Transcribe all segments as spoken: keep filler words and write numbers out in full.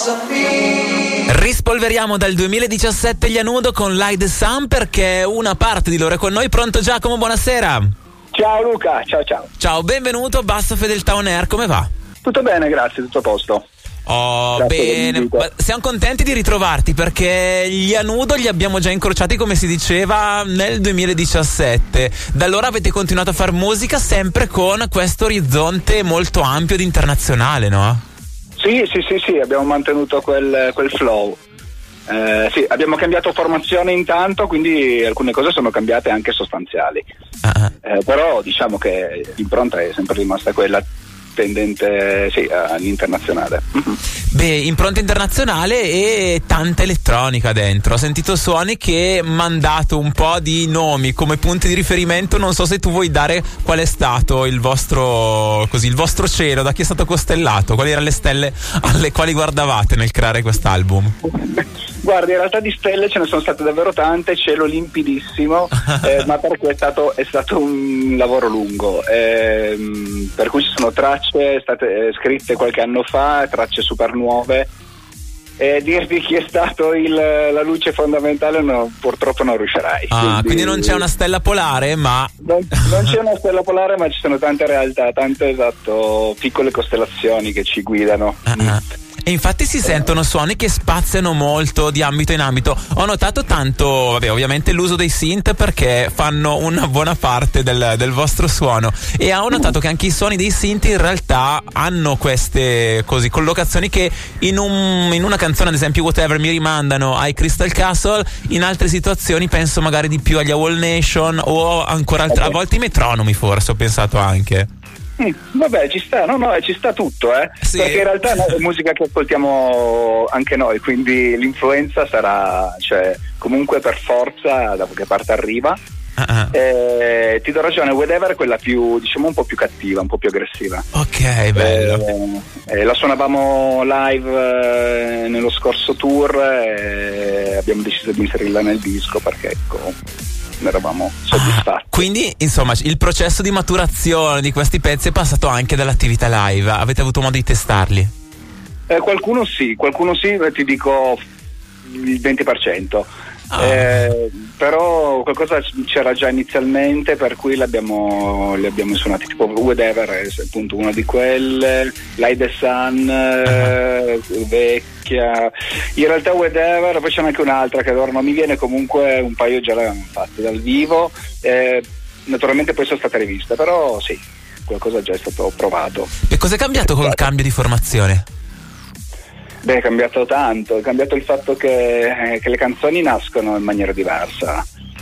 Rispolveriamo dal duemiladiciassette gli Anudo con Light the Sun, perché una parte di loro è con noi. Pronto Giacomo, buonasera. Ciao Luca, ciao ciao. Ciao, benvenuto, Bassa Fedeltà On Air, come va? Tutto bene, grazie, tutto a posto. Oh, Grazie bene, siamo contenti di ritrovarti, perché gli Anudo li abbiamo già incrociati, come si diceva, nel duemiladiciassette. Da allora avete continuato a fare musica sempre con questo orizzonte molto ampio ed internazionale, no? Sì, sì, sì, sì, abbiamo mantenuto quel, quel flow. Eh, sì, abbiamo cambiato formazione intanto, quindi alcune cose sono cambiate anche sostanziali. Uh-huh. Eh, però diciamo che l'impronta è sempre rimasta quella tendente, sì, all'internazionale. Uh-huh. Beh, impronta internazionale e tanta elettronica dentro. Ho sentito suoni che mandato un po' di nomi come punti di riferimento. Non so se tu vuoi dare qual è stato il vostro, così, il vostro cielo, da chi è stato costellato, quali erano le stelle alle quali guardavate nel creare quest'album. Guardi, in realtà di stelle ce ne sono state davvero tante, cielo limpidissimo, eh, ma perché è stato, è stato un lavoro lungo, eh, per cui ci sono tracce state scritte qualche anno fa, tracce super nuove, e dirti chi è stato il, la luce fondamentale no, purtroppo non riuscirai. Ah, quindi, quindi non c'è una stella polare, ma non, non c'è una stella polare, ma ci sono tante realtà, tante, esatto, piccole costellazioni che ci guidano. Ah, e infatti si sentono suoni che spaziano molto di ambito in ambito. Ho notato tanto, vabbè, ovviamente l'uso dei synth, perché fanno una buona parte del, del vostro suono, e ho notato che anche i suoni dei synth in realtà hanno queste così collocazioni che in, un, in una canzone, ad esempio Whatever, mi rimandano ai Crystal Castle, in altre situazioni penso magari di più agli Wall Nation, o ancora altre, a volte i metronomi forse ho pensato anche. Mm, vabbè, ci sta, no, no, ci sta tutto, eh. Sì. Perché in realtà no, è musica che ascoltiamo anche noi, quindi l'influenza sarà, cioè, comunque per forza da qualche parte arriva. Uh-huh. Eh, ti do ragione, Whatever è quella più, diciamo, un po' più cattiva, un po' più aggressiva. Ok, bello. Eh, eh, la suonavamo live eh, nello scorso tour e abbiamo deciso di inserirla nel disco perché, ecco, ne eravamo soddisfatti. Ah, quindi insomma il processo di maturazione di questi pezzi è passato anche dall'attività live. Avete avuto modo di testarli? Eh, qualcuno sì, qualcuno sì, ti dico il venti per cento. Ah. Eh, però qualcosa c'era già inizialmente, per cui l'abbiamo, li abbiamo suonati, tipo Whatever è appunto una di quelle, Light the Sun, uh-huh. eh, vecchia, in realtà Whatever, poi c'è anche un'altra che ora non mi viene, comunque un paio già l'avevamo fatte dal vivo, eh, naturalmente poi sono state riviste, però sì, qualcosa già è stato provato. E cosa è cambiato col cambio di formazione? Beh, è cambiato tanto, è cambiato il fatto che, eh, che le canzoni nascono in maniera diversa,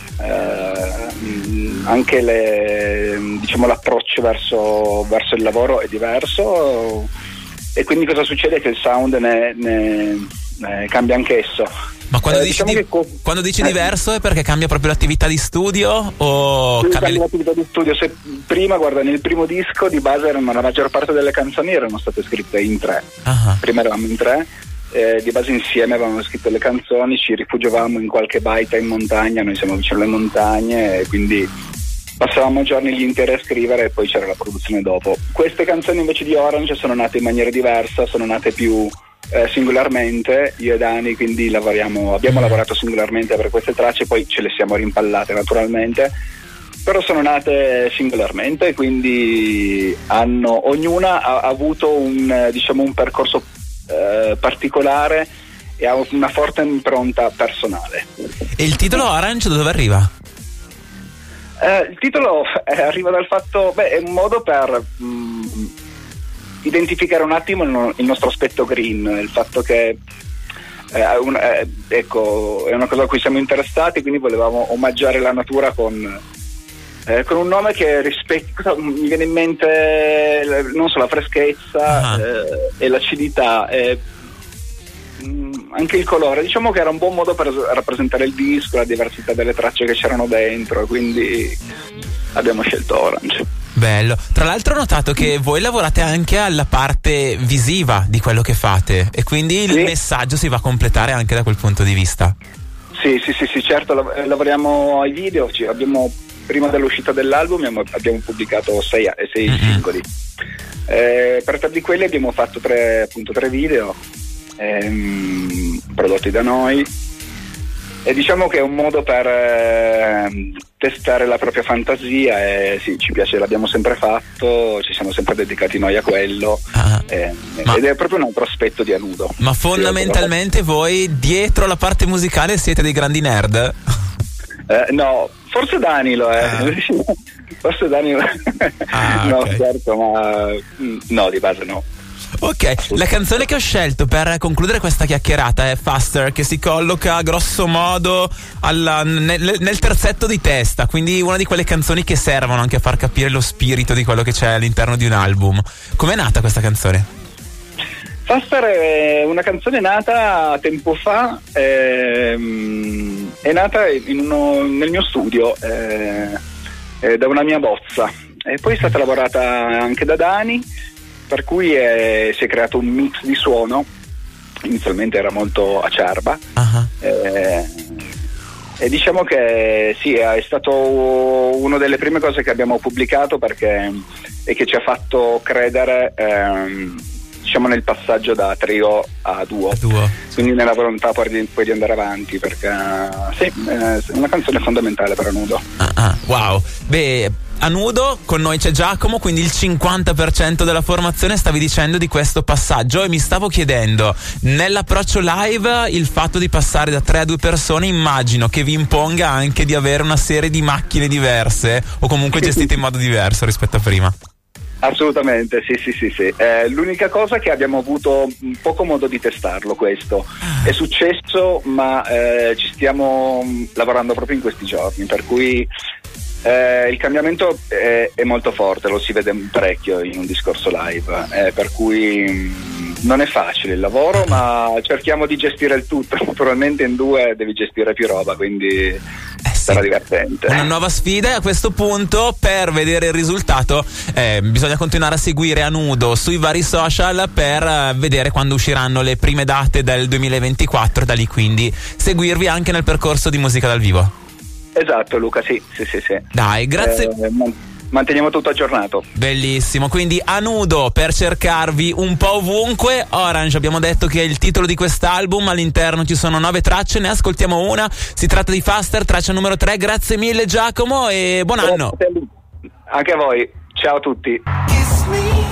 eh, anche le, diciamo, l'approccio verso, verso il lavoro è diverso, e quindi cosa succede? Che il sound ne, ne, ne cambia anch'esso. Ma quando eh, dici, diciamo di, co- quando dici eh, diverso è perché cambia proprio l'attività di studio o sì, cambia, cambia l'attività di studio? Se prima, guarda, nel primo disco di base erano, la maggior parte delle canzoni erano state scritte in tre. Uh-huh. Prima eravamo in tre, eh, di base insieme avevamo scritto le canzoni, ci rifugiavamo in qualche baita in montagna, noi siamo vicino alle montagne e quindi passavamo giorni gli interi a scrivere e poi c'era la produzione dopo. Queste canzoni invece di Orange sono nate in maniera diversa, sono nate più Eh, singolarmente, io e Dani, quindi lavoriamo, abbiamo lavorato singolarmente per queste tracce, poi ce le siamo rimpallate naturalmente, però sono nate singolarmente, quindi hanno, ognuna ha, ha avuto un, diciamo, un percorso eh, particolare e ha una forte impronta personale. E il titolo Orange da dove arriva? Eh, il titolo eh, arriva dal fatto, beh, è un modo per mh, identificare un attimo il, il nostro aspetto green, il fatto che eh, un, eh, ecco, è una cosa a cui siamo interessati, quindi volevamo omaggiare la natura con, eh, con un nome che rispecchia, mi viene in mente non so, la freschezza, uh-huh. eh, e l'acidità, e mh, anche il colore, diciamo che era un buon modo per rappresentare il disco, la diversità delle tracce che c'erano dentro, quindi abbiamo scelto Orange. Bello. Tra l'altro ho notato che voi lavorate anche alla parte visiva di quello che fate e quindi il sì. messaggio si va a completare anche da quel punto di vista. Sì, sì, sì, sì, certo, lavoriamo ai video, cioè abbiamo, prima dell'uscita dell'album abbiamo, abbiamo pubblicato sei, sei mm-hmm. singoli. Eh, per tre di quelli abbiamo fatto tre, appunto, tre video ehm, prodotti da noi, e diciamo che è un modo per eh, testare la propria fantasia, e sì, ci piace, l'abbiamo sempre fatto, ci siamo sempre dedicati noi a quello, ah, eh, ma, ed è proprio un altro aspetto di Anudo. Ma fondamentalmente voi dietro la parte musicale siete dei grandi nerd? Eh, no, forse Dani lo è, ah. forse Dani lo è. Ah, no, okay. Certo, ma no, di base no. Ok, la canzone che ho scelto per concludere questa chiacchierata è Faster, che si colloca grosso modo alla, nel, nel terzetto di testa, quindi una di quelle canzoni che servono anche a far capire lo spirito di quello che c'è all'interno di un album. Com'è nata questa canzone? Faster è una canzone nata tempo fa, ehm, è nata in uno, nel mio studio, eh, eh, da una mia bozza, e poi è stata lavorata anche da Dani, per cui è, si è creato un mix di suono. Inizialmente era molto acerba, uh-huh. eh, e diciamo che sì, è stato una delle prime cose che abbiamo pubblicato, perché e che ci ha fatto credere ehm, diciamo nel passaggio da trio a duo, a duo. Quindi nella volontà poi di, poi di andare avanti, perché sì, è una canzone fondamentale per Anudo. Ah, ah, wow, beh, Anudo, con noi c'è Giacomo, quindi il cinquanta per cento della formazione. Stavi dicendo di questo passaggio e mi stavo chiedendo, nell'approccio live, il fatto di passare da tre a due persone immagino che vi imponga anche di avere una serie di macchine diverse, o comunque gestite in modo diverso rispetto a prima. Assolutamente, sì, sì, sì, sì. Eh, l'unica cosa che abbiamo avuto poco modo di testarlo, questo è successo, ma eh, ci stiamo lavorando proprio in questi giorni, per cui eh, il cambiamento è, è molto forte, lo si vede parecchio in un discorso live, eh, per cui mh, non è facile il lavoro, ma cerchiamo di gestire il tutto. Naturalmente in due devi gestire più roba, quindi sarà divertente. Una nuova sfida, e a questo punto, per vedere il risultato, eh, bisogna continuare a seguire Anudo sui vari social per eh, vedere quando usciranno le prime date del duemilaventiquattro, da lì quindi seguirvi anche nel percorso di musica dal vivo. Esatto, Luca, sì, sì, sì, sì. Dai, grazie. Eh, manteniamo tutto aggiornato. Bellissimo, quindi Anudo per cercarvi un po' ovunque. Orange, abbiamo detto che è il titolo di quest'album, all'interno ci sono nove tracce, ne ascoltiamo una, si tratta di Faster, traccia numero tre. Grazie mille Giacomo e buon anno. Anche a voi, ciao a tutti.